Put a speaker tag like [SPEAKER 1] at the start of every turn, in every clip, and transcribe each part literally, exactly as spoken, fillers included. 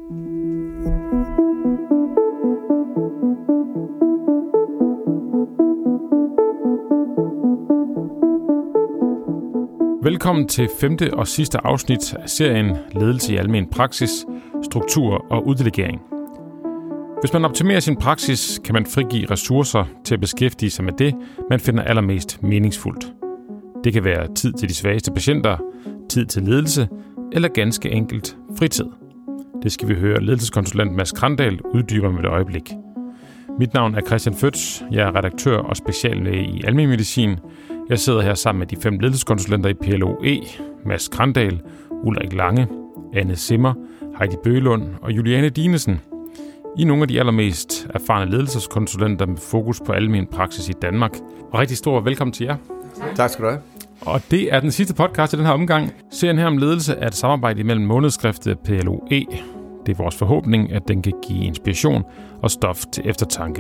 [SPEAKER 1] Velkommen til femte og sidste afsnit af serien Ledelse i almen praksis, struktur og uddelegering. Hvis man optimerer sin praksis, kan man frigive ressourcer til at beskæftige sig med det, man finder allermest meningsfuldt. Det kan være tid til de svageste patienter, tid til ledelse eller ganske enkelt fritid. Det skal vi høre ledelseskonsulent Mads Krandahl uddybe med et øjeblik. Mit navn er Christian Føtz. Jeg er redaktør og speciallæge i almen medicin. Jeg sidder her sammen med de fem ledelseskonsulenter i P L O E, Mads Krandahl, Ulrik Lange, Anne Simmer, Heidi Bøgelund og Juliane Dinesen. I er nogle af de allermest erfarne ledelseskonsulenter med fokus på almen praksis i Danmark. Og rigtig stor velkommen til jer.
[SPEAKER 2] Tak skal du have.
[SPEAKER 1] Og det er den sidste podcast i den her omgang. Serien her om ledelse er et samarbejde mellem månedskriftet P L O E. Det er vores forhåbning, at den kan give inspiration og stof til eftertanke.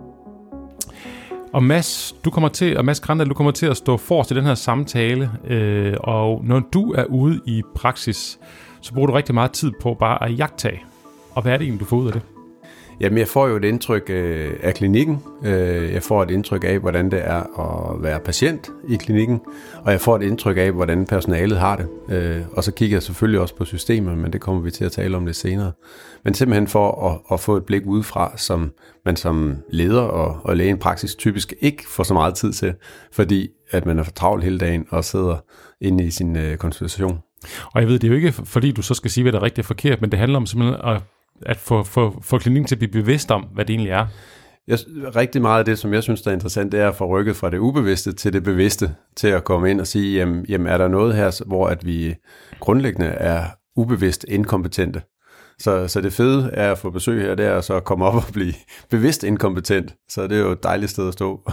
[SPEAKER 1] Og Mads, du kommer til, og Mads Krandahl, du kommer til at stå forrest i den her samtale, øh, og når du er ude i praksis, så bruger du rigtig meget tid på bare at jagttage. Og hvad er det egentlig, du får ud af det?
[SPEAKER 2] Jamen, jeg får jo et indtryk øh, af klinikken. Øh, jeg får et indtryk af, hvordan det er at være patient i klinikken, og jeg får et indtryk af, hvordan personalet har det. Øh, og så kigger jeg selvfølgelig også på systemet, men det kommer vi til at tale om lidt senere. Men simpelthen for at, at få et blik udefra, som man som leder og, og læge i en praksis typisk ikke får så meget tid til, fordi at man er for travlt hele dagen og sidder inde i sin øh, konsultation.
[SPEAKER 1] Og jeg ved, det er jo ikke, fordi du så skal sige, hvad der er rigtigt og forkert, men det handler om simpelthen at at få, få, få klinikken til at blive bevidst om, hvad det egentlig er.
[SPEAKER 2] Jeg, rigtig meget af det, som jeg synes der er interessant, det er at få rykket fra det ubevidste til det bevidste, til at komme ind og sige, jamen, jamen er der noget her, hvor at vi grundlæggende er ubevidst inkompetente. Så, så det fede er at få besøg her, det er så at komme op og blive bevidst inkompetent. Så det er jo et dejligt sted at stå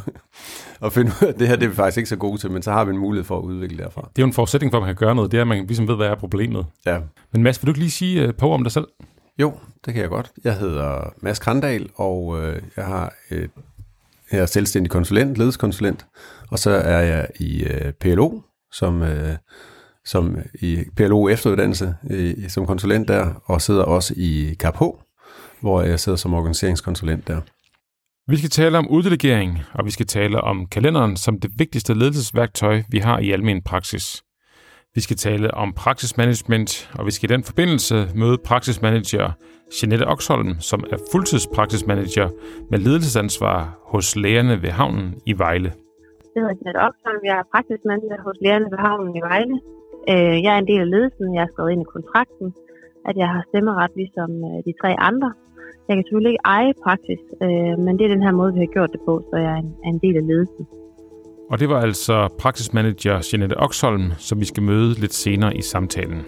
[SPEAKER 2] og finde ud af, at det her det er vi faktisk ikke så gode til, men så har vi en mulighed for at udvikle derfra.
[SPEAKER 1] Det er jo en forudsætning for, at man kan gøre noget, det er, at man ligesom ved, hvad er problemet.
[SPEAKER 2] Ja.
[SPEAKER 1] Men Mads, vil du ikke lige sige et par ord om dig selv?
[SPEAKER 2] Jo, det kan jeg godt. Jeg hedder Mads Krandahl, og øh, jeg, har et, jeg er selvstændig konsulent, ledelseskonsulent, og så er jeg i øh, P L O, som, øh, som i P L O efteruddannelse øh, som konsulent der, og sidder også i K P H, hvor jeg sidder som organiseringskonsulent der.
[SPEAKER 1] Vi skal tale om uddelegering, og vi skal tale om kalenderen som det vigtigste ledelsesværktøj, vi har i almen praksis. Vi skal tale om praksismanagement, og vi skal i den forbindelse møde praksismanager Jeanette Oxholm, som er fuldtidspraksismanager med ledelsesansvar hos Lægerne ved Havnen i Vejle.
[SPEAKER 3] Jeg hedder Jeanette Oxholm, jeg er praksismanager hos Lægerne ved Havnen i Vejle. Jeg er en del af ledelsen, jeg har skrevet ind i kontrakten, at jeg har stemmeret ligesom de tre andre. Jeg kan selvfølgelig ikke eje praksis, men det er den her måde, vi har gjort det på, så jeg er en del af ledelsen.
[SPEAKER 1] Og det var altså praksismanager Jeanette Oxholm, som vi skal møde lidt senere i samtalen.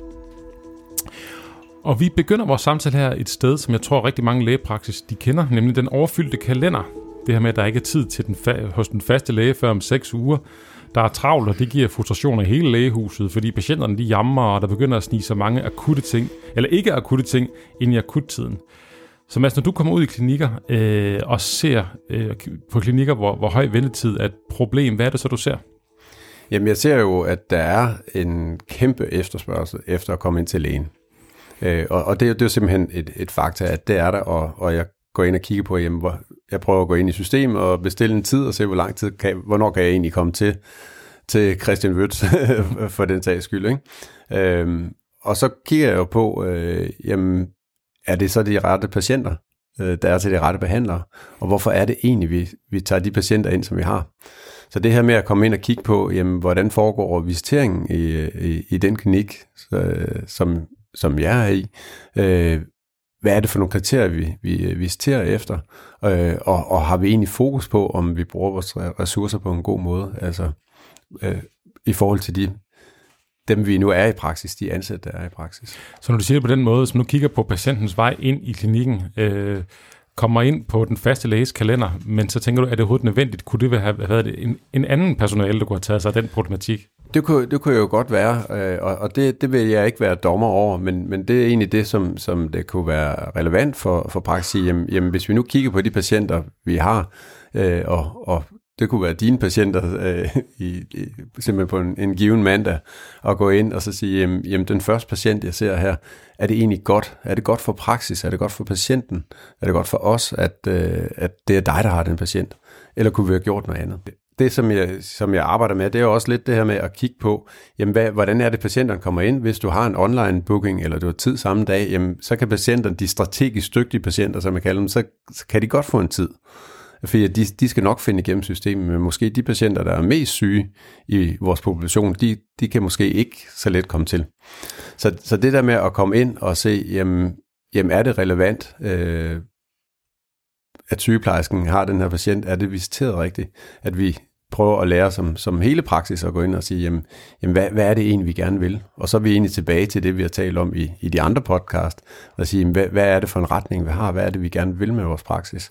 [SPEAKER 1] Og vi begynder vores samtale her et sted, som jeg tror rigtig mange lægepraksis de kender, nemlig den overfyldte kalender. Det her med, at der ikke er tid til den fa- hos den faste læge før om seks uger. Der er travlt, og det giver frustrationer i hele lægehuset, fordi patienterne de jammer, og der begynder at snige så mange akutte ting, eller ikke akutte ting, ind i akuttiden. Så Mads, når du kommer ud i klinikker øh, og ser øh, på klinikker, hvor, hvor høj ventetid er et problem, hvad er det så, du ser?
[SPEAKER 2] Jamen, jeg ser jo, at der er en kæmpe efterspørgsel efter at komme ind til lægen. Øh, og og det, det er jo simpelthen et, et fakta, at det er der, og, og jeg går ind og kigger på, jamen, hvor jeg prøver at gå ind i systemet og bestille en tid og se, hvor lang tid kan, hvornår kan jeg egentlig komme til, til Christian Wøtz for den sags skyld. Ikke? Øh, og så kigger jeg jo på, øh, jamen, er det så de rette patienter, der er til de rette behandlere? Og hvorfor er det egentlig, vi, vi tager de patienter ind, som vi har? Så det her med at komme ind og kigge på, jamen, hvordan foregår visiteringen i, i, i den klinik, så, som, som jeg er i. Øh, hvad er det for nogle kriterier, vi, vi visiterer efter? Øh, og, og har vi egentlig fokus på, om vi bruger vores ressourcer på en god måde? Altså øh, i forhold til de dem vi nu er i praksis, de ansatte, der er i praksis.
[SPEAKER 1] Så når du siger det på den måde, så nu kigger på patientens vej ind i klinikken, øh, kommer ind på den faste læges kalender, men så tænker du, er det overhovedet nødvendigt? Kunne det have været en, en anden personale, der kunne have taget sig af den problematik?
[SPEAKER 2] Det kunne, det kunne jo godt være, og, og det, det vil jeg ikke være dommer over, men, men det er egentlig det, som, som det kunne være relevant for, for praksis. Jamen, jamen, hvis vi nu kigger på de patienter, vi har, øh, og, og det kunne være dine patienter øh, i, i, simpelthen på en, en given mandag, og gå ind og så sige, jamen, jamen den første patient, jeg ser her, er det egentlig godt? Er det godt for praksis? Er det godt for patienten? Er det godt for os, at, øh, at det er dig, der har den patient? Eller kunne vi have gjort noget andet? Det, som jeg, som jeg arbejder med, det er jo også lidt det her med at kigge på, jamen, hvad, hvordan er det, patienterne kommer ind? Hvis du har en online booking, eller du har tid samme dag, jamen, så kan patienterne, de strategisk dygtige patienter, som jeg kalder dem, så, så kan de godt få en tid. Fordi de, de skal nok finde igennem systemet, men måske de patienter, der er mest syge i vores population, de, de kan måske ikke så let komme til. Så, så det der med at komme ind og se, jamen, jamen er det relevant, øh, at sygeplejersken har den her patient, er det visiteret rigtigt, at vi prøver at lære som, som hele praksis at gå ind og sige, jamen, jamen hvad, hvad er det egentlig, vi gerne vil? Og så er vi egentlig tilbage til det, vi har talt om i, i de andre podcast, og sige, jamen, hvad, hvad er det for en retning, vi har? Hvad er det, vi gerne vil med vores praksis?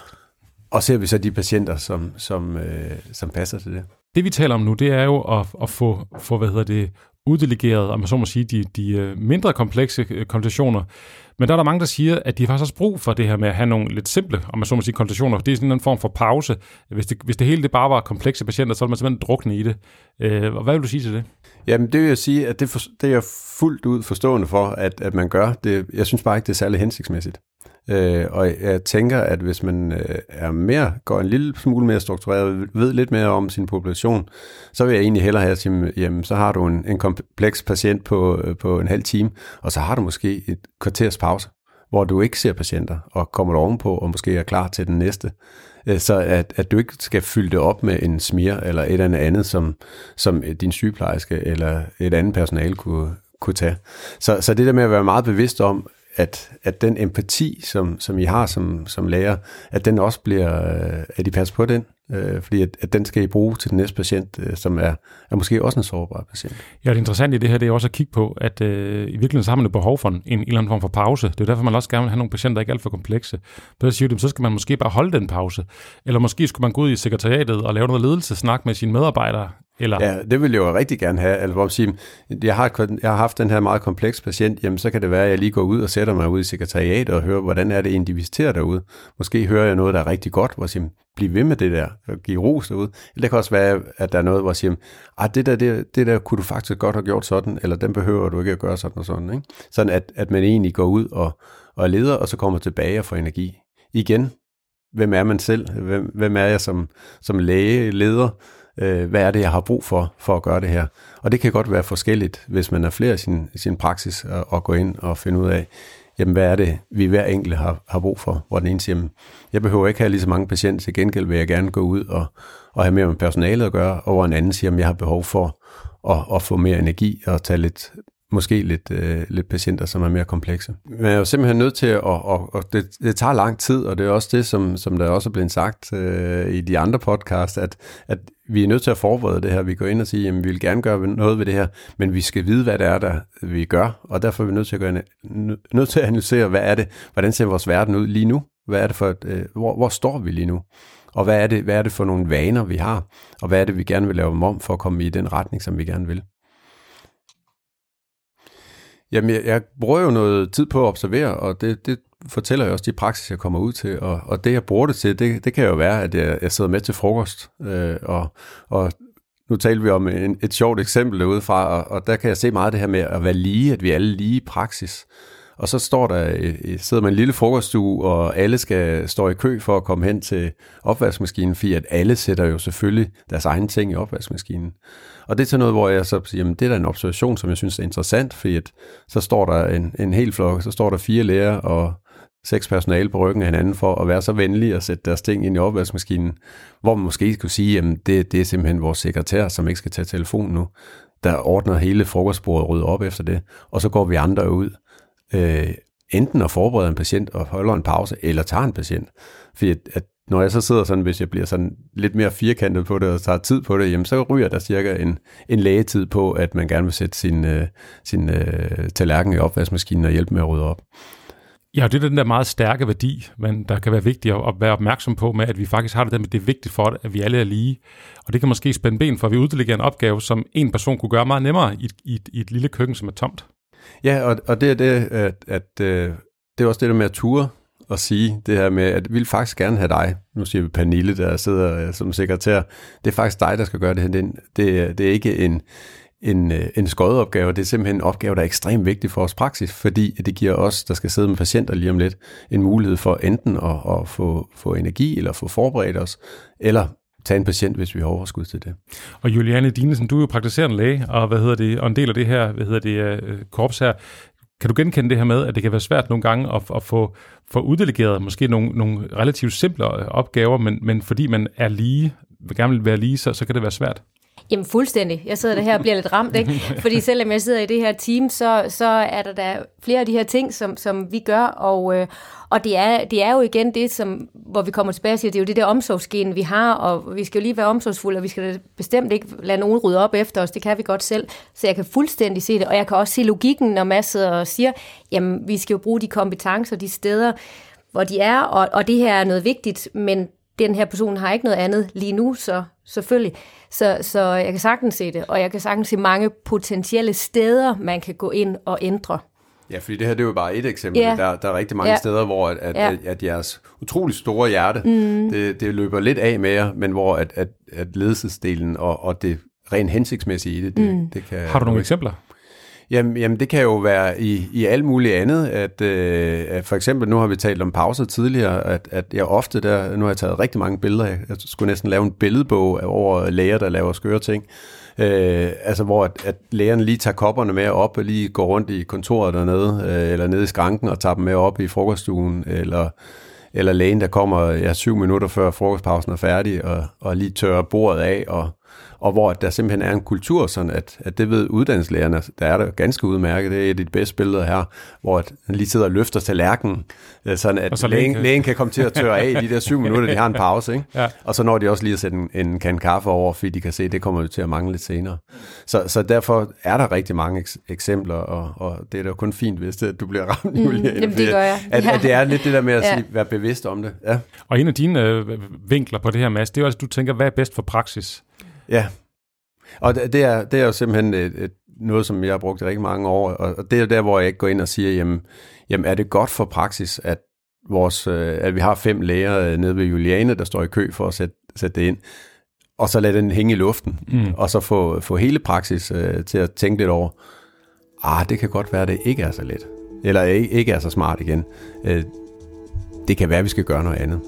[SPEAKER 2] Og ser vi så de patienter, som, som, øh, som passer til det.
[SPEAKER 1] Det vi taler om nu, det er jo at, at få, få, hvad hedder det, uddelegeret, om man så må sige, de, de mindre komplekse konsultationer. Men der er der mange, der siger, at de faktisk også brug for det her med at have nogle lidt simple, om man så må sige, konsultationer. Det er sådan en form for pause. Hvis det, hvis det hele det bare var komplekse patienter, så ville man simpelthen drukne i det. Øh, hvad vil du sige til det?
[SPEAKER 2] Jamen det vil jeg sige, at det, for, det er jeg fuldt ud forstående for, at, at man gør. Det, jeg synes bare ikke, det er særlig hensigtsmæssigt. Øh, og jeg tænker, at hvis man øh, er mere, går en lille smule mere struktureret, ved lidt mere om sin population, så vil jeg egentlig hellere have at sige, jamen, så har du en, en kompleks patient på, på en halv time, og så har du måske et kvarters pause, hvor du ikke ser patienter, og kommer du ovenpå, og måske er klar til den næste. Øh, så at, at du ikke skal fylde det op med en smier, eller et eller andet, som, som din sygeplejerske, eller et andet personale kunne, kunne tage. Så, så det der med at være meget bevidst om, At, at den empati, som, som I har som, som lærer, at den også bliver, at I passer på den, øh, fordi at, at den skal I bruge til den næste patient, øh, som er, er måske også en sårbar patient.
[SPEAKER 1] Ja, det interessante i det her, det er også at kigge på, at øh, i virkeligheden så har man et behov for en, en eller anden form for pause. Det er derfor, man også gerne vil have nogle patienter, der ikke er alt for komplekse. Så siger de, så skal man måske bare holde den pause, eller måske skulle man gå ud i sekretariatet og lave noget ledelsesnak med sine medarbejdere. Eller?
[SPEAKER 2] Ja, det vil jeg jo rigtig gerne have. Altså, at sige, jeg, har, jeg har haft den her meget kompleks patient, jamen så kan det være, at jeg lige går ud og sætter mig ud i sekretariatet og hører, hvordan er det egentlig, de visiterer derude. Måske hører jeg noget, der er rigtig godt, hvor jeg siger, bliv ved med det der, og give ros derude. Eller det kan også være, at der er noget, hvor jeg siger, ah, det der, det, det der kunne du faktisk godt have gjort sådan, eller den behøver du ikke at gøre sådan og sådan. Ikke? Sådan at, at man egentlig går ud og, og leder, og så kommer tilbage og får energi. Igen, hvem er man selv? Hvem, hvem er jeg som, som læge, leder? Hvad er det, jeg har brug for, for at gøre det her? Og det kan godt være forskelligt, hvis man er flere i sin, sin praksis, og, og gå ind og finde ud af, jamen, hvad er det, vi hver enkelt har, har brug for? Hvor den ene siger, jamen, jeg behøver ikke have lige så mange patienter, til gengæld vil jeg gerne gå ud og, og have mere med personalet at gøre, og hvor en anden siger, at jeg har behov for at, at få mere energi og tage lidt, måske lidt, øh, lidt patienter, som er mere komplekse. Men jeg er jo simpelthen nødt til at, og, og det, det tager lang tid, og det er også det, som, som der også er blevet sagt øh, i de andre podcasts, at, at vi er nødt til at forberede det her. Vi går ind og siger, jamen vi vil gerne gøre noget ved det her, men vi skal vide, hvad det er, der vi gør, og derfor er vi nødt til at, gøre, nødt til at analysere, hvad er det, hvordan ser vores verden ud lige nu? Hvad er det for et, øh, hvor, hvor står vi lige nu? Og hvad er det, hvad er det for nogle vaner, vi har? Og hvad er det, vi gerne vil lave om for at komme i den retning, som vi gerne vil? Jamen, jeg, jeg bruger jo noget tid på at observere, og det, det fortæller jeg også de praksis, jeg kommer ud til. Og, og det, jeg bruger det til, det, det kan jo være, at jeg, jeg sidder med til frokost. Øh, og, og nu taler vi om en, et sjovt eksempel derudefra, og, og der kan jeg se meget af det her med at være lige, at vi er alle lige i praksis. Og så står der, sidder man en lille frokoststue, og alle skal stå i kø for at komme hen til opvaskemaskinen, fordi at alle sætter jo selvfølgelig deres egne ting i opvaskemaskinen. Og det er sådan noget, hvor jeg så siger, jamen det er da en observation, som jeg synes er interessant, fordi at så står der en, en hel flok, så står der fire læger og seks personale på ryggen af hinanden for at være så venlige at sætte deres ting ind i opvaskemaskinen, hvor man måske skulle sige, jamen det, det er simpelthen vores sekretær, som ikke skal tage telefonen nu, der ordner hele frokostbordet og rydder op efter det, og så går vi andre ud. Øh, enten at forberede en patient og holder en pause, eller tager en patient. Fordi at, at når jeg så sidder sådan, hvis jeg bliver sådan lidt mere firkantet på det, og tager tid på det, jamen så ryger der cirka en, en lægetid på, at man gerne vil sætte sin, øh, sin øh, tallerken i opvaskemaskinen og hjælpe med at rydde op.
[SPEAKER 1] Ja, det er den der meget stærke værdi, men der kan være vigtigt at være opmærksom på med, at vi faktisk har det der med, det er vigtigt for, at vi alle er lige. Og det kan måske spænde ben for, at vi uddelegerer en opgave, som en person kunne gøre meget nemmere i, i, i et lille køkken, som er tomt.
[SPEAKER 2] Ja, og, og det er det, at, at det er også det der med at ture at sige det her med, at vi vil faktisk gerne have dig. Nu siger vi Pernille, der sidder som sekretær. Det er faktisk dig, der skal gøre det her. Det, det, det er ikke en, en, en skoddeopgave. Det er simpelthen en opgave, der er ekstremt vigtig for os praksis, fordi det giver os, der skal sidde med patienter lige om lidt, en mulighed for enten at, at få, få energi, eller få forberedt os, eller tage en patient, hvis vi har overskud til det.
[SPEAKER 1] Og Juliane Dinesen, du er jo praktiserende læge, og hvad hedder det, og en del af det her, hvad hedder det, uh, korps her. Kan du genkende det her med, at det kan være svært nogle gange at, at få, få uddelegeret måske nogle, nogle relativt simple opgaver, men, men fordi man er lige, vil gerne vil være lige, så, så kan det være svært?
[SPEAKER 4] Jamen fuldstændig. Jeg sidder der her og bliver lidt ramt, ikke? Fordi selvom jeg sidder i det her team, så, så er der, der flere af de her ting, som, som vi gør, og, øh, og det, er, det er jo igen det, som, hvor vi kommer tilbage og siger, det er jo det der omsorgsgen, vi har, og vi skal jo lige være omsorgsfulde, og vi skal bestemt ikke lade nogen rydde op efter os, det kan vi godt selv. Så jeg kan fuldstændig se det, og jeg kan også se logikken, når man sidder og siger, jamen vi skal jo bruge de kompetencer, de steder, hvor de er, og, og det her er noget vigtigt, men den her person har ikke noget andet lige nu, så selvfølgelig. Så, så jeg kan sagtens se det, og jeg kan sagtens se mange potentielle steder, man kan gå ind og ændre.
[SPEAKER 2] Ja, fordi det her det er jo bare et eksempel.
[SPEAKER 4] Ja.
[SPEAKER 2] Der, der er rigtig mange
[SPEAKER 4] ja.
[SPEAKER 2] steder, hvor at, at,
[SPEAKER 4] ja.
[SPEAKER 2] at, at jeres utrolig store hjerte, mm. det, det løber lidt af med jer, men hvor at, at, at ledelsesdelen og, og det rent hensigtsmæssige i det, det, mm. det kan...
[SPEAKER 1] Har du nogle eksempler?
[SPEAKER 2] Jamen, jamen, det kan jo være i, i alt muligt andet, at, øh, at for eksempel, nu har vi talt om pauser tidligere, at, at jeg ofte der, nu har jeg taget rigtig mange billeder, jeg, jeg skulle næsten lave en billedbog over læger, der laver skøre ting, øh, altså hvor at, at lægerne lige tager kopperne med op, og lige går rundt i kontoret dernede, øh, eller nede i skranken og tager dem med op i frokoststuen, eller, eller lægen, der kommer ja, syv minutter før frokostpausen er færdig, og, og lige tørrer bordet af, og og hvor der simpelthen er en kultur, sådan at, at det ved uddannelseslærerne, der er der ganske udmærket, det er et af de bedste billeder her, hvor at han lige sidder og løfter tallerkenen, sådan at så lægen, kan... lægen kan komme til at tørre af i de der syv minutter, de har en pause, ikke? Ja. Og så når de også lige at sætte en, en kan kaffe over, fordi de kan se, at det kommer jo til at mangle lidt senere. Så, så derfor er der rigtig mange eks- eksempler, og, og det er da kun fint, hvis det, at du bliver ramt, mm, Julia.
[SPEAKER 4] Jamen, det gør jeg.
[SPEAKER 2] At, at det er lidt det der med at ja. sige, være bevidst om det. Ja.
[SPEAKER 1] Og en af dine øh, vinkler på det her, Mads, det er jo altså, du tænker, hvad er bedst for praksis?
[SPEAKER 2] Ja, og det er, det er jo simpelthen et, et, noget, som jeg har brugt i rigtig mange år, og det er der, hvor jeg ikke går ind og siger, jamen, jamen er det godt for praksis, at, vores, at vi har fem læger nede ved Juliane, der står i kø for at sætte, sætte det ind, og så lade den hænge i luften, mm. og så få, få hele praksis uh, til at tænke lidt over, ah, det kan godt være, at det ikke er så let, eller ikke, ikke er så smart igen. Uh, det kan være, at vi skal gøre noget andet.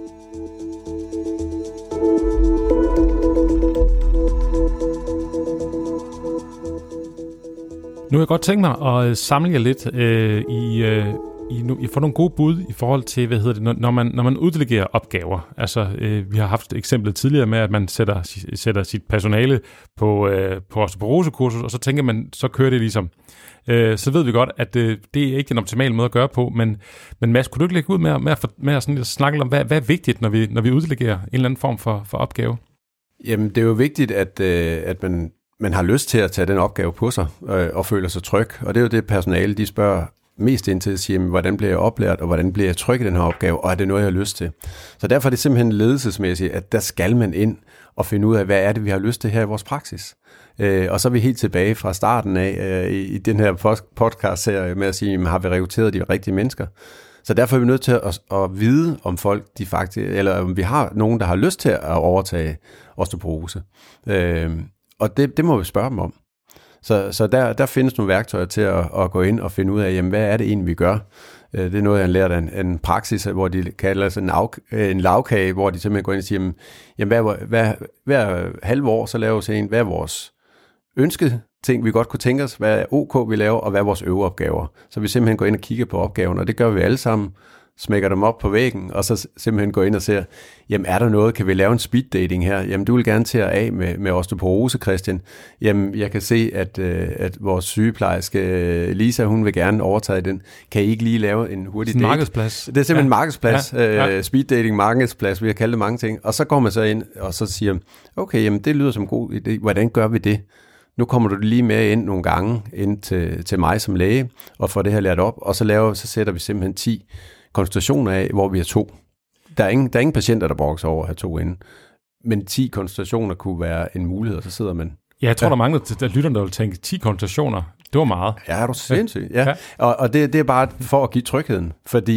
[SPEAKER 1] Nu har jeg godt tænkt mig at samle jer lidt øh, i, øh, i, I får nogle gode bud i forhold til, hvad hedder det, når, når, man, når man uddelegerer opgaver. Altså, øh, vi har haft eksemplet tidligere med, at man sætter, sætter sit personale på, øh, på osteoporosekursus, og så tænker man, så kører det ligesom. Øh, så ved vi godt, at øh, det er ikke den optimale måde at gøre på, men, men Mads, kunne du ikke lægge ud med, med, at, med at, sådan, at snakke om, hvad, hvad er vigtigt, når vi, når vi uddelegerer en eller anden form for, for opgave?
[SPEAKER 2] Jamen, det er jo vigtigt, at, øh, at man man har lyst til at tage den opgave på sig øh, og føler sig tryg. Og det er jo det personale, de spørger mest ind til at sige, jamen, hvordan bliver jeg oplært, og hvordan bliver jeg tryg i den her opgave, og er det noget, jeg har lyst til? Så derfor er det simpelthen ledelsesmæssigt, at der skal man ind og finde ud af, hvad er det, vi har lyst til her i vores praksis. Øh, og så er vi helt tilbage fra starten af øh, i, i den her podcast-serie med at sige, jamen, har vi rekrutteret de rigtige mennesker? Så derfor er vi nødt til at, at vide, om folk de faktisk, eller om vi har nogen, der har lyst til at overtage osteoporose. Øh, Og det, det må vi spørge dem om. Så, så der, der findes nogle værktøjer til at, at gå ind og finde ud af, jamen, hvad er det egentlig, vi gør? Det er noget, jeg har lært af en, en praksis, hvor de kalder sig en, af, en lavkage, hvor de simpelthen går ind og siger, jamen, hver, hver, hver halve år, så laver vi en, hvad er vores ønskede ting, vi godt kunne tænke os, hvad er OK, vi laver, og hvad er vores øveopgaver. Så vi simpelthen går ind og kigger på opgaven, og det gør vi alle sammen, smækker dem op på væggen, og så simpelthen går ind og ser, jamen er der noget, kan vi lave en speed dating her? Jamen du vil gerne til at af med, med osteoporose, Christian. Jamen jeg kan se, at, at vores sygeplejerske Lisa, hun vil gerne overtage den. Kan I ikke lige lave en hurtig date?
[SPEAKER 1] Markedsplads.
[SPEAKER 2] Det er simpelthen en ja. markedsplads, ja. Ja. Uh, speed dating, markedsplads, vi har kaldt det mange ting. Og så går man så ind, og så siger, okay, jamen det lyder som en god idé. Hvordan gør vi det? Nu kommer du lige med ind nogle gange ind til, til mig som læge, og får det her lært op, og så, laver, så sætter vi simpelthen ti konsultationer af, hvor vi er to. Der er ingen, der er ingen patienter, der brokser over at have to inde. Men ti konsultationer kunne være en mulighed, og så sidder man...
[SPEAKER 1] Ja, jeg tror, ja. der mangler, der lytterne, der vil tænke, ti konsultationer, det var meget.
[SPEAKER 2] Ja, er du sindssygt. Ja. Ja. Og, og det, det er bare for at give trygheden, fordi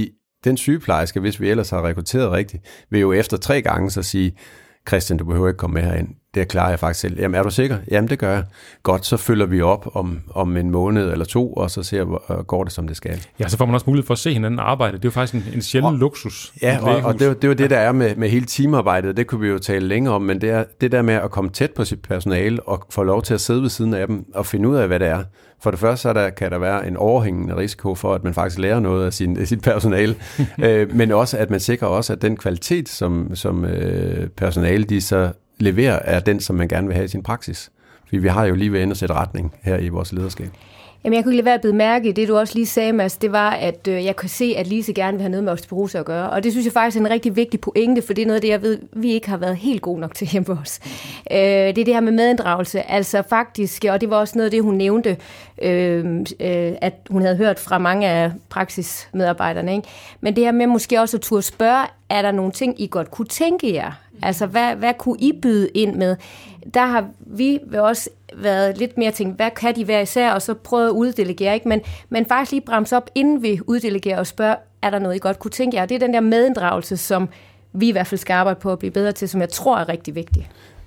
[SPEAKER 2] den sygeplejerske, hvis vi ellers har rekrutteret rigtigt, vil jo efter tre gange så sige, Christian, du behøver ikke komme med herind. Det klarer jeg faktisk selv. Jamen, er du sikker? Jamen, det gør jeg. Godt, så følger vi op om, om en måned eller to, og så ser vi, går det, som det skal.
[SPEAKER 1] Ja, så får man også mulighed for at se hinanden arbejde. Det er jo faktisk en, en sjælden og, luksus.
[SPEAKER 2] Ja, og, og det, det er jo det, der er med, med hele teamarbejdet. Det kunne vi jo tale længere om, men det er det der med at komme tæt på sit personale og få lov til at sidde ved siden af dem og finde ud af, hvad det er. For det første så der, kan der være en overhængende risiko for, at man faktisk lærer noget af sin, af sit personale, øh, men også, at man sikrer også, at den kvalitet, som, som øh, personale de så leverer, er den, som man gerne vil have i sin praksis. Fordi vi har jo lige ved at sætte retning her i vores lederskab.
[SPEAKER 4] Jamen, jeg kunne ikke lade være at bide mærke i det, du også lige sagde, Mads, det var, at øh, jeg kan se, at Lise gerne vil have noget med osteoporose at gøre. Og det synes jeg faktisk er en rigtig vigtig pointe, for det er noget af det, jeg ved, vi ikke har været helt gode nok til hjemme på os. Øh, det er det her med medinddragelse. Altså faktisk, og det var også noget af det, hun nævnte, øh, øh, at hun havde hørt fra mange af praksismedarbejderne. Ikke? Men det her med måske også at turde spørge, er der nogle ting, I godt kunne tænke jer? Altså, hvad, hvad kunne I byde ind med? Der har vi også været lidt mere tænkt, hvad kan de være især, og så prøve at uddelegere, ikke? Men, men faktisk lige bremse op, inden vi uddelegerer og spørger, er der noget, I godt kunne tænke jer? Det er den der medinddragelse, som vi i hvert fald skal arbejde på at blive bedre til, som jeg tror er rigtig vigtig.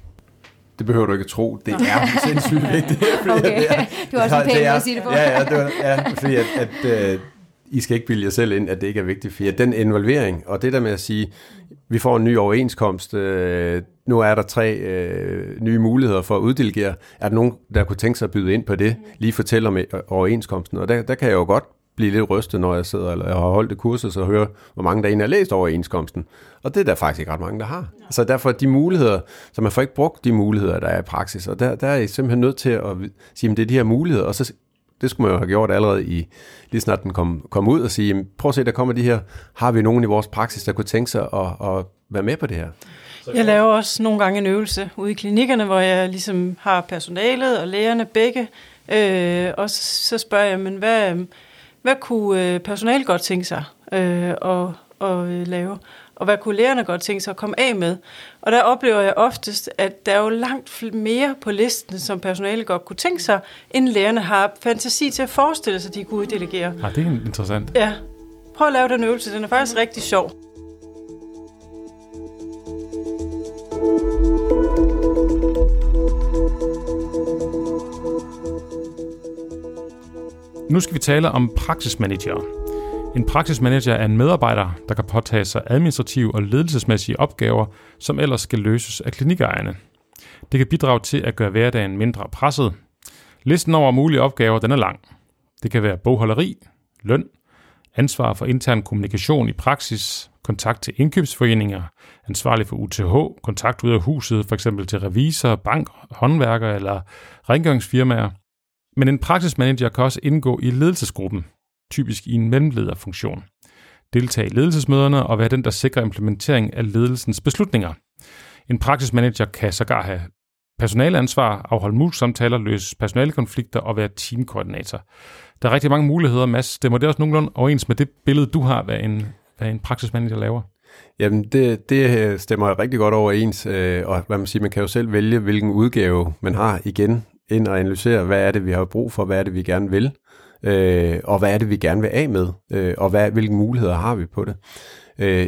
[SPEAKER 2] Det behøver du ikke at tro. Det er sindssygt vigtigt.
[SPEAKER 4] Okay, du har også en pæn måde at sige det på.
[SPEAKER 2] Ja, ja, det var, ja fordi at, at uh, I skal ikke bilde jer selv ind, at det ikke er vigtigt. For den involvering, og det der med at sige, vi får en ny overenskomst, øh, nu er der tre øh, nye muligheder for at uddelegere. Er der nogen, der kunne tænke sig at byde ind på det? Lige fortælle om overenskomsten. Og der, der kan jeg jo godt blive lidt rystet, når jeg sidder eller jeg har holdt et kursus og hører, hvor mange der egentlig har læst overenskomsten. Og det er der faktisk ikke ret mange, der har. Så derfor de muligheder, så man får ikke brugt de muligheder, der er i praksis. Og der, der er I simpelthen nødt til at sige, at det er de her muligheder, og så det skulle man jo have gjort allerede i, lige snart den kom, kom ud og sige, prøv at se, der kommer de her, har vi nogen i vores praksis, der kunne tænke sig at, at være med på det her?
[SPEAKER 5] Jeg laver også nogle gange en øvelse ude i klinikkerne, hvor jeg ligesom har personalet og lægerne begge, øh, og så, så spørger jeg, men hvad, hvad kunne personalet godt tænke sig øh, at, at lave? Og hvad kunne lærerne godt tænke sig at komme af med? Og der oplever jeg oftest, at der er jo langt mere på listen, som personalet godt kunne tænke sig, end lærerne har fantasi til at forestille sig, at de kunne uddelegere.
[SPEAKER 1] Ja, det er interessant.
[SPEAKER 5] Ja, prøv at lave den øvelse, den er faktisk rigtig sjov.
[SPEAKER 1] Nu skal vi tale om praksismanager. En praksismanager er en medarbejder, der kan påtage sig administrative og ledelsesmæssige opgaver, som ellers skal løses af klinikejerne. Det kan bidrage til at gøre hverdagen mindre presset. Listen over mulige opgaver den er lang. Det kan være bogholderi, løn, ansvar for intern kommunikation i praksis, kontakt til indkøbsforeninger, ansvarlig for U T H, kontakt ud af huset, f.eks. til revisor, bank, håndværker eller rengøringsfirmaer. Men en praksismanager kan også indgå i ledelsesgruppen, typisk i en mellemlederfunktion. Deltage i ledelsesmøderne og være den, der sikrer implementering af ledelsens beslutninger. En praksismanager kan sågar have personaleansvar, afholde mus-samtaler, løse personalekonflikter og være teamkoordinator. Der er rigtig mange muligheder, Mads. Stemmer det også nogenlunde overens med det billede, du har, hvad en, hvad en praksismanager laver?
[SPEAKER 2] Jamen, det, det stemmer rigtig godt overens, og hvad man siger, man kan jo selv vælge, hvilken udgave man har igen, ind og analysere, hvad er det, vi har brug for, hvad er det, vi gerne vil, øh, og hvad er det, vi gerne vil af med, øh, og hvad, hvilke muligheder har vi på det. Øh,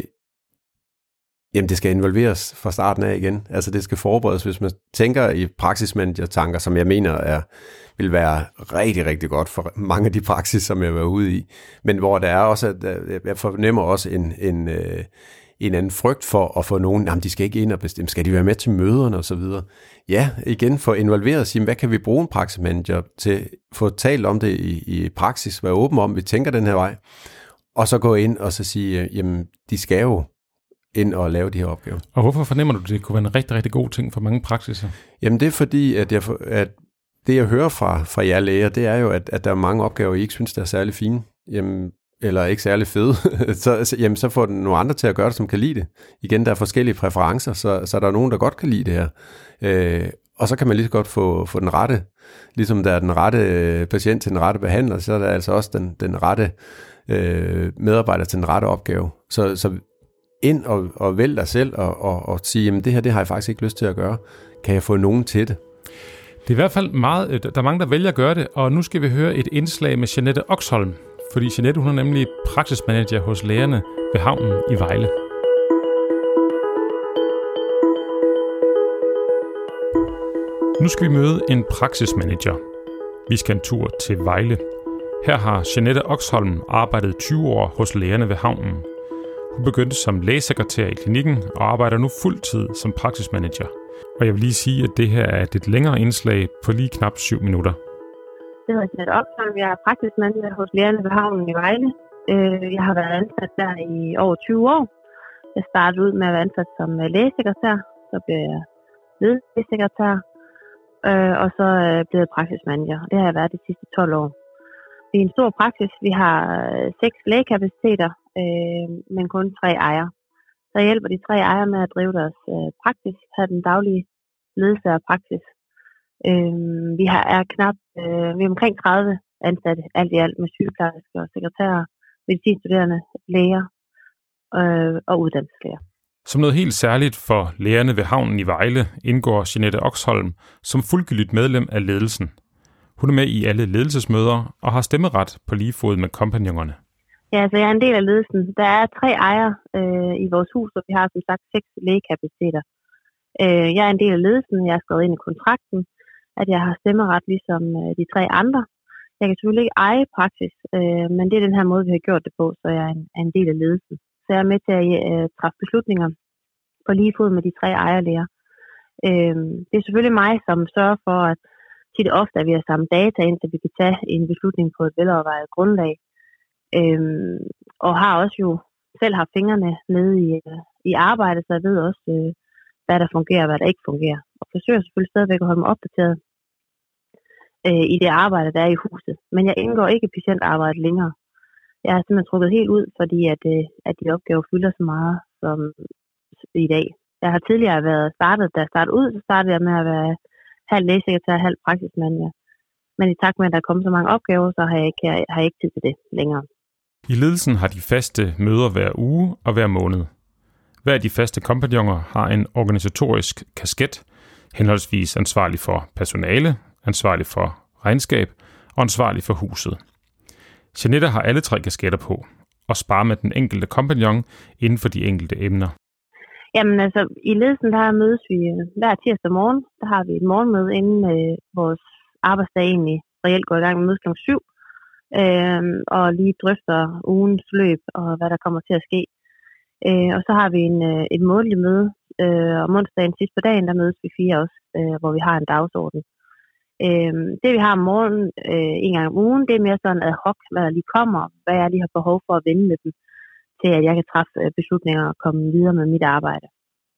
[SPEAKER 2] jamen, det skal involveres fra starten af igen. Altså, det skal forberedes, hvis man tænker i praksismanager-tanker, som jeg mener er, vil være rigtig, rigtig godt for mange af de praksis, som jeg har været ude i. Men hvor der er også, at jeg fornemmer også en, en, en anden frygt for at få nogen, jamen, de skal ikke ind og bestemme, skal de være med til møderne og så videre. Ja, igen for involveret at sige, hvad kan vi bruge en praksismanager til, få talt om det i, i praksis, være åben om, vi tænker den her vej, og så gå ind og så sige, jamen, de skal jo ind og lave de her opgaver.
[SPEAKER 1] Og hvorfor fornemmer du, at det kunne være en rigtig, rigtig god ting for mange praksiser?
[SPEAKER 2] Jamen, det er fordi, at, jeg, at det, jeg hører fra, fra jer læger, det er jo, at, at der er mange opgaver, I ikke synes, der er særlig fine, jamen, eller ikke særlig fede. så, jamen, så får den nogle andre til at gøre det, som kan lide det. Igen, der er forskellige præferencer, så, så der er nogen, der godt kan lide det her. Øh, og så kan man lige så godt få, få den rette, ligesom der er den rette patient til den rette behandler, så er der altså også den, den rette øh, medarbejder til den rette opgave. Så, så ind og, og vælg dig selv og, og, og sige, jamen det her, det har jeg faktisk ikke lyst til at gøre. Kan jeg få nogen til det?
[SPEAKER 1] Det er i hvert fald meget, der er mange, der vælger at gøre det, og nu skal vi høre et indslag med Jeanette Oxholm, fordi Jeanette hun er nemlig praksismanager hos lægerne ved havnen i Vejle. Nu skal vi møde en praksismanager. Vi skal en tur til Vejle. Her har Jeanette Oxholm arbejdet tyve år hos lægerne ved havnen. Hun begyndte som lægesekretær i klinikken og arbejder nu fuldtid som praksismanager. Og jeg vil lige sige, at det her er et lidt længere indslag på lige knap syv minutter.
[SPEAKER 3] Det hedder Jeanette Oxholm. Jeg er praksismanager hos lægerne ved havnen i Vejle. Jeg har været ansat der i over tyve år. Jeg startede ud med at være ansat som lægesekretær. Så blev jeg lægesekretær. Og så blev jeg praksismanager. Det har jeg været de sidste tolv år. Det er en stor praksis. Vi har seks lægekapaciteter, men kun tre ejere. Så hjælper de tre ejere med at drive deres praksis, have den daglige ledelse af praksis. Vi har er knap, vi er omkring tredive ansatte, alt i alt med sygeplejersker, sekretærer, medicinstuderende, læger og uddannelseslæger.
[SPEAKER 1] Som noget helt særligt for lægerne ved havnen i Vejle indgår Jeanette Oxholm som fuldgyldigt medlem af ledelsen. Hun er med i alle ledelsesmøder og har stemmeret på lige fod med kompagnonerne.
[SPEAKER 3] Ja, så jeg er en del af ledelsen. Der er tre ejere øh, i vores hus, og vi har som sagt seks lægekapaciteter. Øh, jeg er en del af ledelsen. Jeg har skrevet ind i kontrakten, at jeg har stemmeret ligesom øh, de tre andre. Jeg kan selvfølgelig ikke eje praksis, øh, men det er den her måde, vi har gjort det på, så jeg er en, er en del af ledelsen. Så jeg er med til at øh, træffe beslutninger på lige fod med de tre ejerlæger. Øh, det er selvfølgelig mig, som sørger for, at tit ofte, at vi har samme data ind, så vi kan tage en beslutning på et velovervejet grundlag. Øhm, og har også jo selv haft fingrene nede i, i arbejdet, så jeg ved også, øh, hvad der fungerer og hvad der ikke fungerer. Og forsøger selvfølgelig stadigvæk at holde mig opdateret øh, i det arbejde, der er i huset. Men jeg indgår ikke i patientarbejdet længere. Jeg har simpelthen trukket helt ud, fordi at, øh, at de opgaver fylder så meget som i dag. Jeg har tidligere været startet, da jeg startede ud, så startede jeg med at være halv lægesekretær, halv praksismanager. Men i takt med, at der er kommet så mange opgaver, så har jeg ikke, jeg, har jeg ikke tid til det længere.
[SPEAKER 1] I ledelsen har de faste møder hver uge og hver måned. Hver af de faste kompagnoner har en organisatorisk kasket, henholdsvis ansvarlig for personale, ansvarlig for regnskab og ansvarlig for huset. Jeanette har alle tre kasketter på og sparer med den enkelte kompagnon inden for de enkelte emner.
[SPEAKER 3] Jamen altså, i ledelsen der mødes vi hver tirsdag morgen. Der har vi et morgenmøde, inden øh, vores arbejdsdag egentlig reelt går i gang med mødes klokken syv. Øh, og lige drøfter ugens løb og hvad der kommer til at ske. Øh, og så har vi en, øh, et månedligt møde. Øh, om onsdagen sidst på dagen, der mødes vi fire også, øh, hvor vi har en dagsorden. Øh, det vi har om morgenen øh, en gang om ugen, det er mere sådan ad hoc, hvad der lige kommer, hvad jeg lige har behov for at vende med dem, til at jeg kan træffe beslutninger og komme videre med mit arbejde.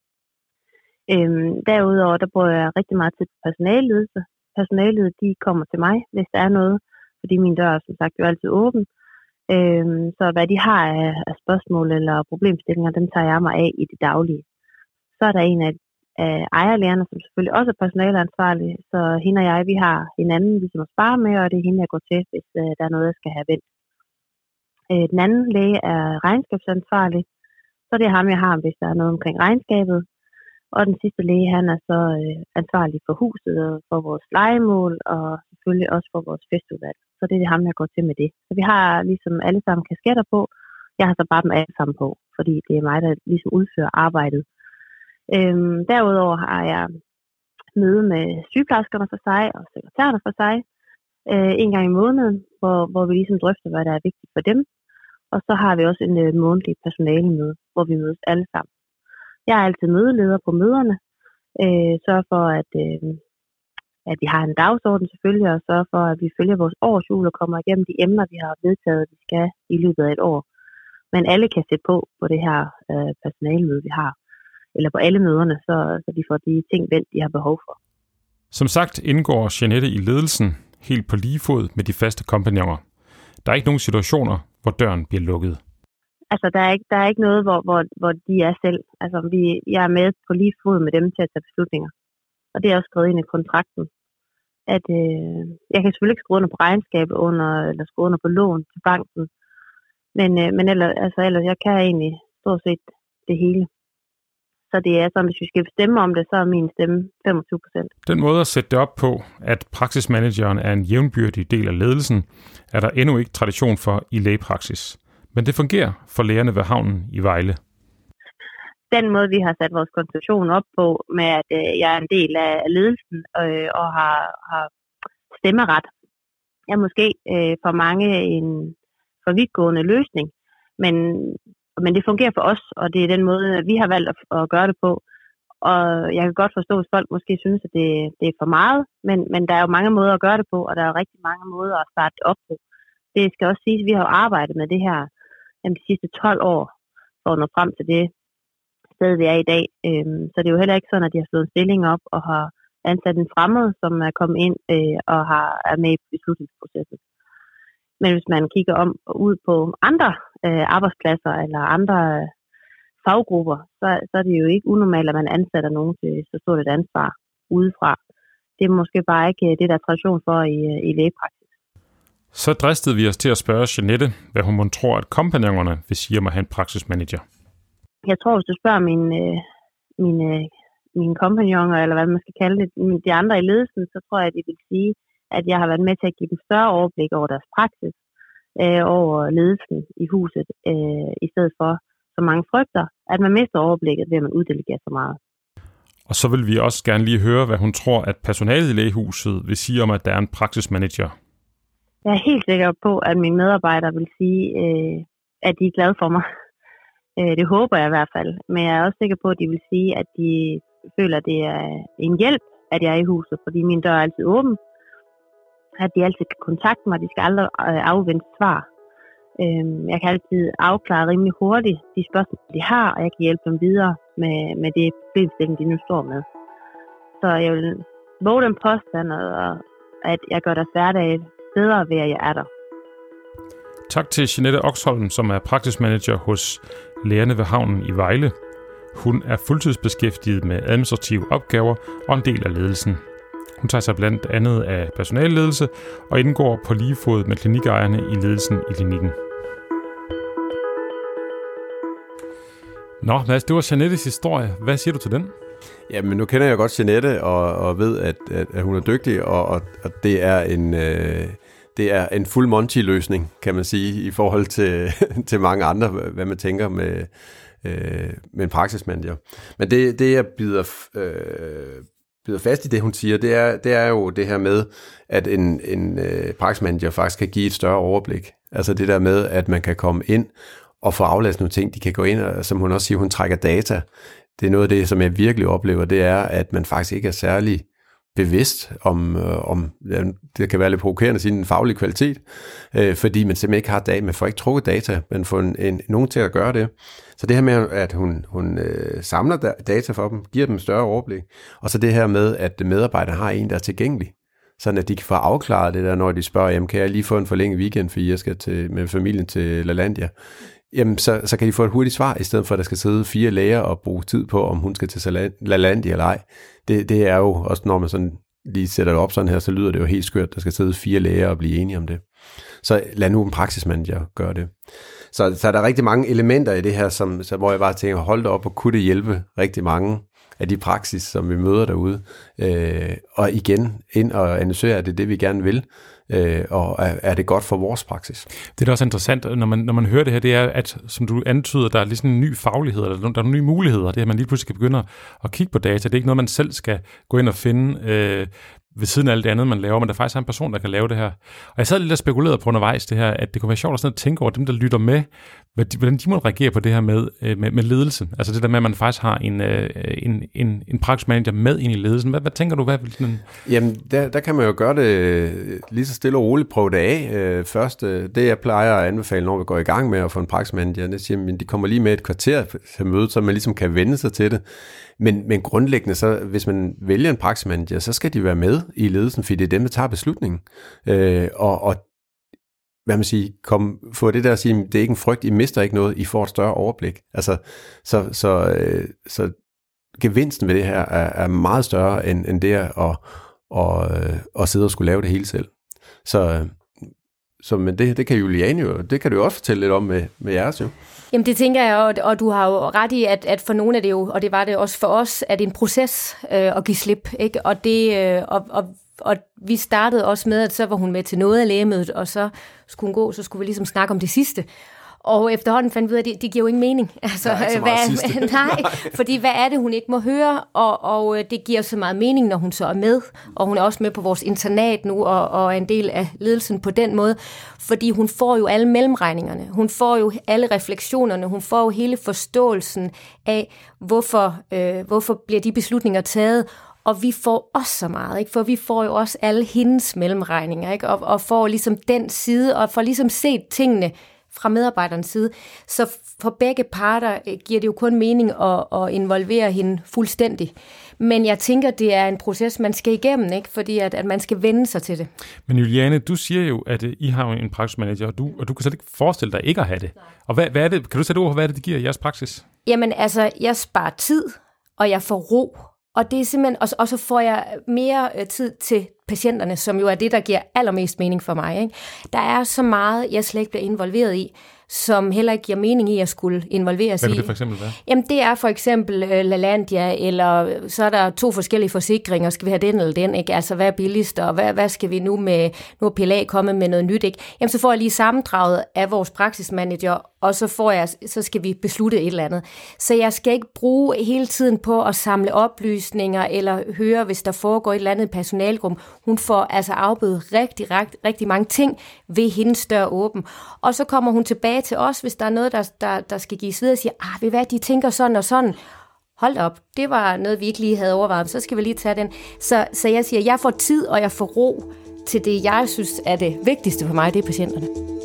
[SPEAKER 3] Øhm, derudover, der bruger jeg rigtig meget tid på personaleledelse. Personalet, de kommer til mig, hvis der er noget, fordi min dør er som sagt jo altid åben. Øhm, så hvad de har af, af spørgsmål eller problemstillinger, dem tager jeg mig af i det daglige. Så er der en af, af ejerlærerne, som selvfølgelig også er personaleansvarlig, så hende og jeg, vi har hinanden ligesom at spare med, og det er hende, jeg går til, hvis uh, der er noget, jeg skal have vendt. Øh, den anden læge er regnskabsansvarlig, så det er ham, jeg har, hvis der er noget omkring regnskabet. Og den sidste læge, han er så øh, ansvarlig for huset og for vores lejemål, og selvfølgelig også for vores festudvalg. Så det er ham, jeg går til med det. Så vi har ligesom alle sammen kasketter på. Jeg har så bare dem alle sammen på, fordi det er mig, der ligesom udfører arbejdet. Øhm, derudover har jeg møde med sygeplejerskerne for sig og sekretærerne for sig øh, en gang i måneden, hvor, hvor vi ligesom drøfter, hvad der er vigtigt for dem. Og så har vi også en øh, månedlig personalemøde, hvor vi mødes alle sammen. Jeg er altid mødeleder på møderne, øh, sørger for, at, øh, at vi har en dagsorden selvfølgelig, og sørger for, at vi følger vores årshjul og kommer igennem de emner, vi har vedtaget, at vi skal i løbet af et år. Men alle kan sætte på på det her øh, personalemøde, vi har, eller på alle møderne, så, så de får de ting vendt, de har behov for.
[SPEAKER 1] Som sagt indgår Jeanette i ledelsen helt på lige fod med de faste kompagnoner. Der er ikke nogen situationer, hvor døren bliver lukket.
[SPEAKER 3] Altså, der er ikke, der er ikke noget, hvor, hvor, hvor de er selv. Altså, vi, jeg er med på lige fod med dem til at tage beslutninger. Og det er også skrevet ind i kontrakten. At, øh, jeg kan selvfølgelig ikke skrive under på regnskabet, under, eller skrive under på lån til banken. Men, øh, men ellers, altså, ellers, jeg kan egentlig stort set det hele. Så det er sådan, hvis vi skal bestemme om det, så er min stemme femogtyve procent.
[SPEAKER 1] Den måde at sætte det op på, at praksismanageren er en jævnbyrdig del af ledelsen, er der endnu ikke tradition for i lægepraksis. Men det fungerer for lægerne ved havnen i Vejle.
[SPEAKER 3] Den måde, vi har sat vores konstitution op på, med at øh, jeg er en del af ledelsen øh, og har, har stemmeret, er måske øh, for mange en for vidtgående løsning. Men, men det fungerer for os, og det er den måde, vi har valgt at, at gøre det på. Og jeg kan godt forstå, at folk måske synes, at det, det er for meget, men, men der er jo mange måder at gøre det på, og der er rigtig mange måder at starte det op på. Det skal også siges, at vi har arbejdet med det her jamen, de sidste tolv år, for at nå frem til det sted, vi er i dag. Øhm, så det er jo heller ikke sådan, at de har slået en stilling op og har ansat en fremmed, som er kommet ind øh, og har, er med i beslutningsprocessen. Men hvis man kigger om ud på andre øh, arbejdspladser eller andre øh, faggrupper, så, så er det jo ikke unormalt, at man ansætter nogen til så stort et ansvar udefra. Det er måske bare ikke det, der er tradition for i, i lægepraksis.
[SPEAKER 1] Så dristede vi os til at spørge Jeanette, hvad hun tror, at kompagnonerne vil sige om at have en praksismanager.
[SPEAKER 3] Jeg tror, hvis du spørger mine, mine, mine kompagnoner, eller hvad man skal kalde det, de andre i ledelsen, så tror jeg, at de vil sige, at jeg har været med til at give dem større overblik over deres praksis, øh, over ledelsen i huset, øh, i stedet for så mange frygter, at man mister overblikket ved, at man uddelegerer så meget.
[SPEAKER 1] Og så vil vi også gerne lige høre, hvad hun tror, at personalet i lægehuset vil sige om, at der er en praksismanager.
[SPEAKER 3] Jeg er helt sikker på, at mine medarbejdere vil sige, øh, at de er glade for mig. Det håber jeg i hvert fald. Men jeg er også sikker på, at de vil sige, at de føler, at det er en hjælp, at jeg er i huset, fordi min dør er altid åben. At de altid kan kontakte mig, de skal aldrig afvente svar. Jeg kan altid afklare rimelig hurtigt de spørgsmål, de har, og jeg kan hjælpe dem videre med, med det problemstilling, de nu står med. Så jeg vil våge den påstand, at jeg gør deres hverdag bedre ved, at jeg er der.
[SPEAKER 1] Tak til Jeanette Oxholm, som er praksismanager hos Lægerne ved havnen i Vejle. Hun er fuldtidsbeskæftiget med administrative opgaver og en del af ledelsen. Hun tager sig blandt andet af personalledelse og indgår på lige fod med klinikejerne i ledelsen i klinikken. Nå, Mads, det var Jeanettes historie. Hvad siger du til den?
[SPEAKER 2] Jamen, nu kender jeg godt Jeanette og, og ved, at, at, at hun er dygtig, og, og, og det er en... Øh Det er en full Monty-løsning, kan man sige, i forhold til, til mange andre, hvad man tænker med, øh, med en praksismanager. Men det, det jeg bider, øh, bider fast i det, hun siger, det er, det er jo det her med, at en, en øh, praksismanager faktisk kan give et større overblik. Altså det der med, at man kan komme ind og få aflæst nogle ting. De kan gå ind, og som hun også siger, hun trækker data. Det er noget af det, som jeg virkelig oplever, det er, at man faktisk ikke er særlig bevidst om, øh, om ja, det kan være lidt provokerende at sige, en faglig kvalitet, øh, fordi man simpelthen ikke har data, man får ikke trukket data, man får en, en, nogen til at gøre det. Så det her med, at hun, hun øh, samler data for dem, giver dem større overblik, og så det her med, at medarbejderne har en, der er tilgængelig, sådan at de kan få afklaret det der, når de spørger, jamen kan jeg lige få en forlænget weekend, fordi jeg skal til, med familien til LaLandia, jamen så, så kan de få et hurtigt svar, i stedet for at der skal sidde fire læger og bruge tid på, om hun skal til LaLandia eller ej. Det, det er jo også, når man sådan lige sætter det op sådan her, så lyder det jo helt skørt, der skal sidde fire læger og blive enige om det. Så lad nu en praksismanager gøre det. Så, så er der rigtig mange elementer i det her, som, så, hvor jeg bare tænker, hold da op, og kunne det hjælpe rigtig mange af de praksis, som vi møder derude. Øh, og igen, ind og analysere, at det er det, vi gerne vil, øh, og er, er det godt for vores praksis.
[SPEAKER 1] Det er da også interessant, når man, når man hører det her, det er, at som du antyder, der er ligesom en ny faglighed, eller der er nogle nye muligheder, det er, at man lige pludselig kan begynde at kigge på data. Det er ikke noget, man selv skal gå ind og finde øh, ved siden af alt det andet, man laver, men der faktisk er en person, der kan lave det her. Og jeg sad lidt og spekulerede på undervejs det her, at det kunne være sjovt at, sådan at tænke over dem, der lytter med, hvordan de må reagere på det her med, med, med ledelse. Altså det der med, at man faktisk har en, en, en, en praksismanager med ind i ledelsen. Hvad, hvad tænker du? Hvad vil sådan...
[SPEAKER 2] Jamen, der, der kan man jo gøre det lige så stille og roligt, prøve det af. Først, det jeg plejer at anbefale, når vi går i gang med at få en praksismanager, det siger, men de kommer lige med et kvarter til mødet, så man ligesom kan vende sig til det. Men, men grundlæggende, så hvis man vælger en praksismanager, så skal de være med i ledelsen, fordi det er dem, der tager beslutningen. Øh, og, og hvad man siger, kom, få det der at sige, det er ikke en frygt, I mister ikke noget, I får et større overblik. Altså, så, så, øh, så gevinsten ved det her er, er meget større, end, end det at, og, og, og sidde og skulle lave det hele selv. Så så men det, det kan Juliane jo, det kan du jo også fortælle lidt om med, med jeres jo.
[SPEAKER 4] Jamen det tænker jeg, og, og du har jo ret i, at, at for nogle af det jo, og det var det også for os, at det er en proces øh, at give slip, ikke? Og, det, øh, og, og, og vi startede også med, at så var hun med til noget af lægemødet, og så skulle hun gå, så skulle vi ligesom snakke om det sidste. Og efterhånden fandt vi ud af, at det, det giver jo ingen mening. Altså, hvad, nej, fordi hvad er det, hun ikke må høre? Og, og det giver så meget mening, når hun så er med. Og hun er også med på vores internat nu, og, og er en del af ledelsen på den måde. Fordi hun får jo alle mellemregningerne. Hun får jo alle refleksionerne. Hun får jo hele forståelsen af, hvorfor, øh, hvorfor bliver de beslutninger taget. Og vi får også så meget, ikke? For vi får jo også alle hendes mellemregninger, ikke? Og, og får ligesom den side, og får ligesom set tingene fra medarbejderens side. Så for begge parter giver det jo kun mening at, at involvere hende fuldstændig. Men jeg tænker, det er en proces, man skal igennem, ikke? Fordi at, at man skal vende sig til det.
[SPEAKER 1] Men Juliane, du siger jo, at I har en praksismanager, og du, og du kan slet ikke forestille dig ikke at have det. Og hvad, hvad er det? Kan du sætte ord på, hvad er det, det giver i jeres praksis?
[SPEAKER 4] Jamen altså, jeg sparer tid, og jeg får ro. Og det er simpelthen, og, og så får jeg mere øh, tid til patienterne, som jo er det, der giver allermest mening for mig, ikke? Der er så meget, jeg slet ikke bliver involveret i, som heller ikke giver mening i at skulle involveres i.
[SPEAKER 1] Hvad kan det for eksempel være?
[SPEAKER 4] Jamen det er for eksempel uh, LaLandia, eller så er der to forskellige forsikringer, skal vi have den eller den, ikke? Altså hvad er billigst, og hvad, hvad skal vi nu med, nu er P L A kommet med noget nyt, ikke? Jamen så får jeg lige sammendraget af vores praksismanager, og så får jeg, så skal vi beslutte et eller andet. Så jeg skal ikke bruge hele tiden på at samle oplysninger, eller høre, hvis der foregår et eller andet personalgruppe. Hun får altså afbødet rigtig, rigtig, rigtig mange ting ved hendes dør åben. Og så kommer hun tilbage til os, hvis der er noget, der, der, der skal gives videre, og siger, ah, ved hvad, de tænker sådan og sådan. Hold op, det var noget, vi ikke lige havde overvejet, så skal vi lige tage den. Så, så jeg siger, jeg får tid, og jeg får ro til det, jeg synes er det vigtigste for mig, det er patienterne.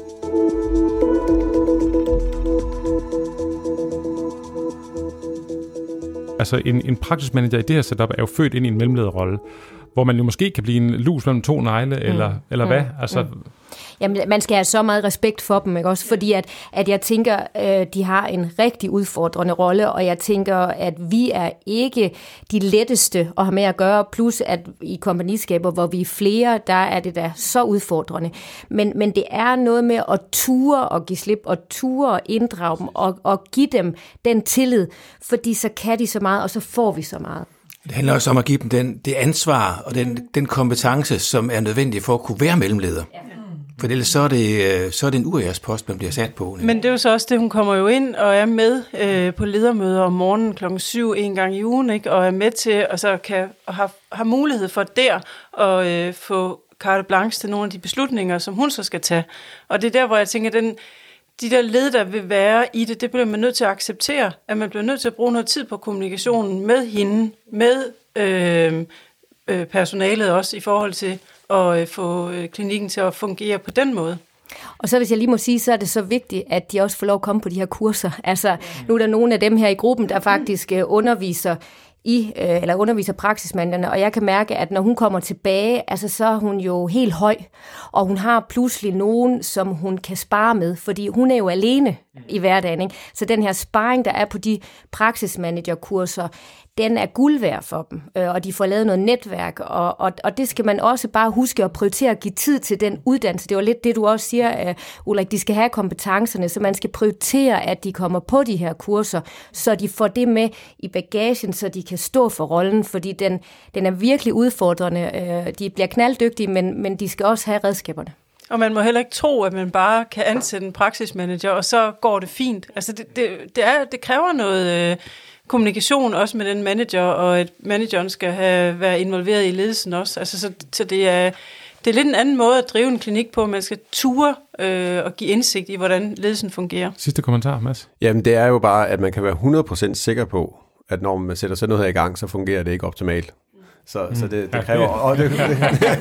[SPEAKER 1] Altså en, en praksismanager i det her setup er jo født ind i en mellemlederrolle, hvor man jo måske kan blive en lus mellem to negle, mm. eller, eller mm. hvad? Altså...
[SPEAKER 4] Mm. Jamen, man skal have så meget respekt for dem, ikke også? Fordi at, at jeg tænker, øh, de har en rigtig udfordrende rolle, og jeg tænker, at vi er ikke de letteste at have med at gøre, plus at i kompagniskaber, hvor vi er flere, der er det da så udfordrende. Men, men det er noget med at ture og give slip, og ture og inddrage dem, og, og give dem den tillid, fordi så kan de så meget, og så får vi så meget.
[SPEAKER 6] Det handler også om at give dem den, det ansvar og den, den kompetence, som er nødvendig for at kunne være mellemleder. Ja. For ellers så er det, så er det en uærespost, man bliver sat på.
[SPEAKER 5] Men det er jo så også det, hun kommer jo ind og er med øh, på ledermøder om morgenen klokken syv en gang i ugen, ikke? Og er med til, og så kan og har, har mulighed for der at øh, få carte blanche til nogle af de beslutninger, som hun så skal tage. Og det er der, hvor jeg tænker, den, de der led, der vil være i det, det bliver man nødt til at acceptere, at man bliver nødt til at bruge noget tid på kommunikationen med hende, med øh, øh, personalet også i forhold til og få klinikken til at fungere på den måde.
[SPEAKER 4] Og så hvis jeg lige må sige, så er det så vigtigt, at de også får lov at komme på de her kurser. Altså, nu er der nogle af dem her i gruppen, der faktisk underviser i, eller underviser praksismanderne, og jeg kan mærke, at når hun kommer tilbage, altså så er hun jo helt høj, og hun har pludselig nogen, som hun kan spare med, fordi hun er jo alene i hverdagen, ikke? Så den her sparring, der er på de praksismanagerkurser, den er guld værd for dem, og de får lavet noget netværk, og, og, og det skal man også bare huske at prioritere at give tid til den uddannelse. Det var lidt det, du også siger, Ulrik, de skal have kompetencerne, så man skal prioritere, at de kommer på de her kurser, så de får det med i bagagen, så de kan stå for rollen, fordi den, den er virkelig udfordrende. De bliver knalddygtige, men, men de skal også have redskaberne.
[SPEAKER 5] Og man må heller ikke tro, at man bare kan ansætte en praksismanager, og så går det fint. Altså det, det, det, er, det kræver noget øh, kommunikation også med den manager, og at manageren skal have været involveret i ledelsen også. Altså så, så det er det er lidt en anden måde at drive en klinik på. Man skal ture øh, og give indsigt i, hvordan ledelsen fungerer.
[SPEAKER 1] Sidste kommentar, Mads.
[SPEAKER 2] Jamen det er jo bare, at man kan være hundrede procent sikker på, at når man sætter sådan noget her i gang, så fungerer det ikke optimalt. Så, mm. så det, det, kræver, og det, det,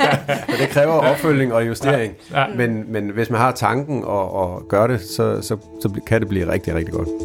[SPEAKER 2] det kræver opfølging og justering. Ja. Ja. Men, men hvis man har tanken og, og gør det, så, så, så kan det blive rigtig, rigtig godt.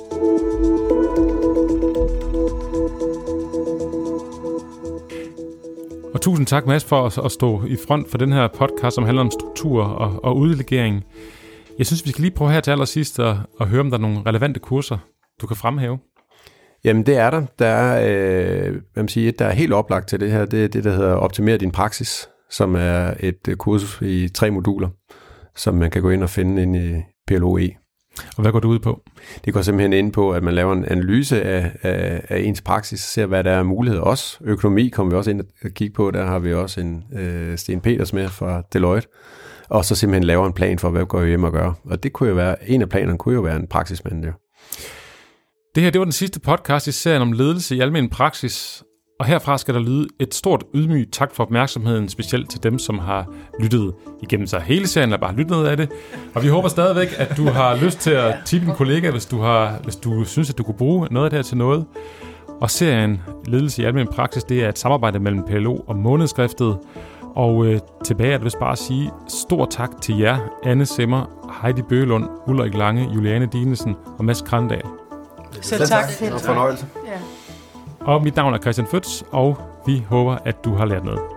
[SPEAKER 1] Og tusind tak, Mads, for at, at stå i front for den her podcast, som handler om struktur og, og uddelegering. Jeg synes, vi skal lige prøve her til allersidst at, at høre, om der er nogle relevante kurser, du kan fremhæve.
[SPEAKER 2] Jamen det er der. Der er, øh, hvad man siger, der er helt oplagt til det her. Det er det, der hedder Optimer din praksis, som er et kursus i tre moduler. som man kan gå ind og finde inde i P L O E.
[SPEAKER 1] Og hvad går det ud på?
[SPEAKER 2] Det går simpelthen ind på, at man laver en analyse af, af, af ens praksis, ser hvad der er muligheder også. Økonomi kommer vi også ind og kigge på, der har vi også en øh, Sten Peters med fra Deloitte, og så simpelthen laver en plan for, hvad går vi hjem og gør. Og det kunne jo være, en af planerne kunne jo være en praksismand. Jo.
[SPEAKER 1] Det her, det var den sidste podcast i serien om ledelse i almen praksis, og herfra skal der lyde et stort ydmygt tak for opmærksomheden, specielt til dem, som har lyttet igennem sig hele serien, eller bare lyttet noget af det. Og vi håber stadigvæk, at du har lyst til at tippe en kollega, hvis du, har, hvis du synes, at du kunne bruge noget af det her til noget. Og serien Ledelse i almen praksis, det er et samarbejde mellem P L O og Månedskriftet. Og øh, tilbage er det vist bare at sige stor tak til jer, Anne Simmer, Heidi Bøgelund, Ulrik Lange, Juliane Dinesen og Mads Krandal.
[SPEAKER 5] Selv tak.
[SPEAKER 2] Det var en fornøjelse.
[SPEAKER 5] Ja.
[SPEAKER 1] Og mit navn er Christian Føtz, og vi håber, at du har lært noget.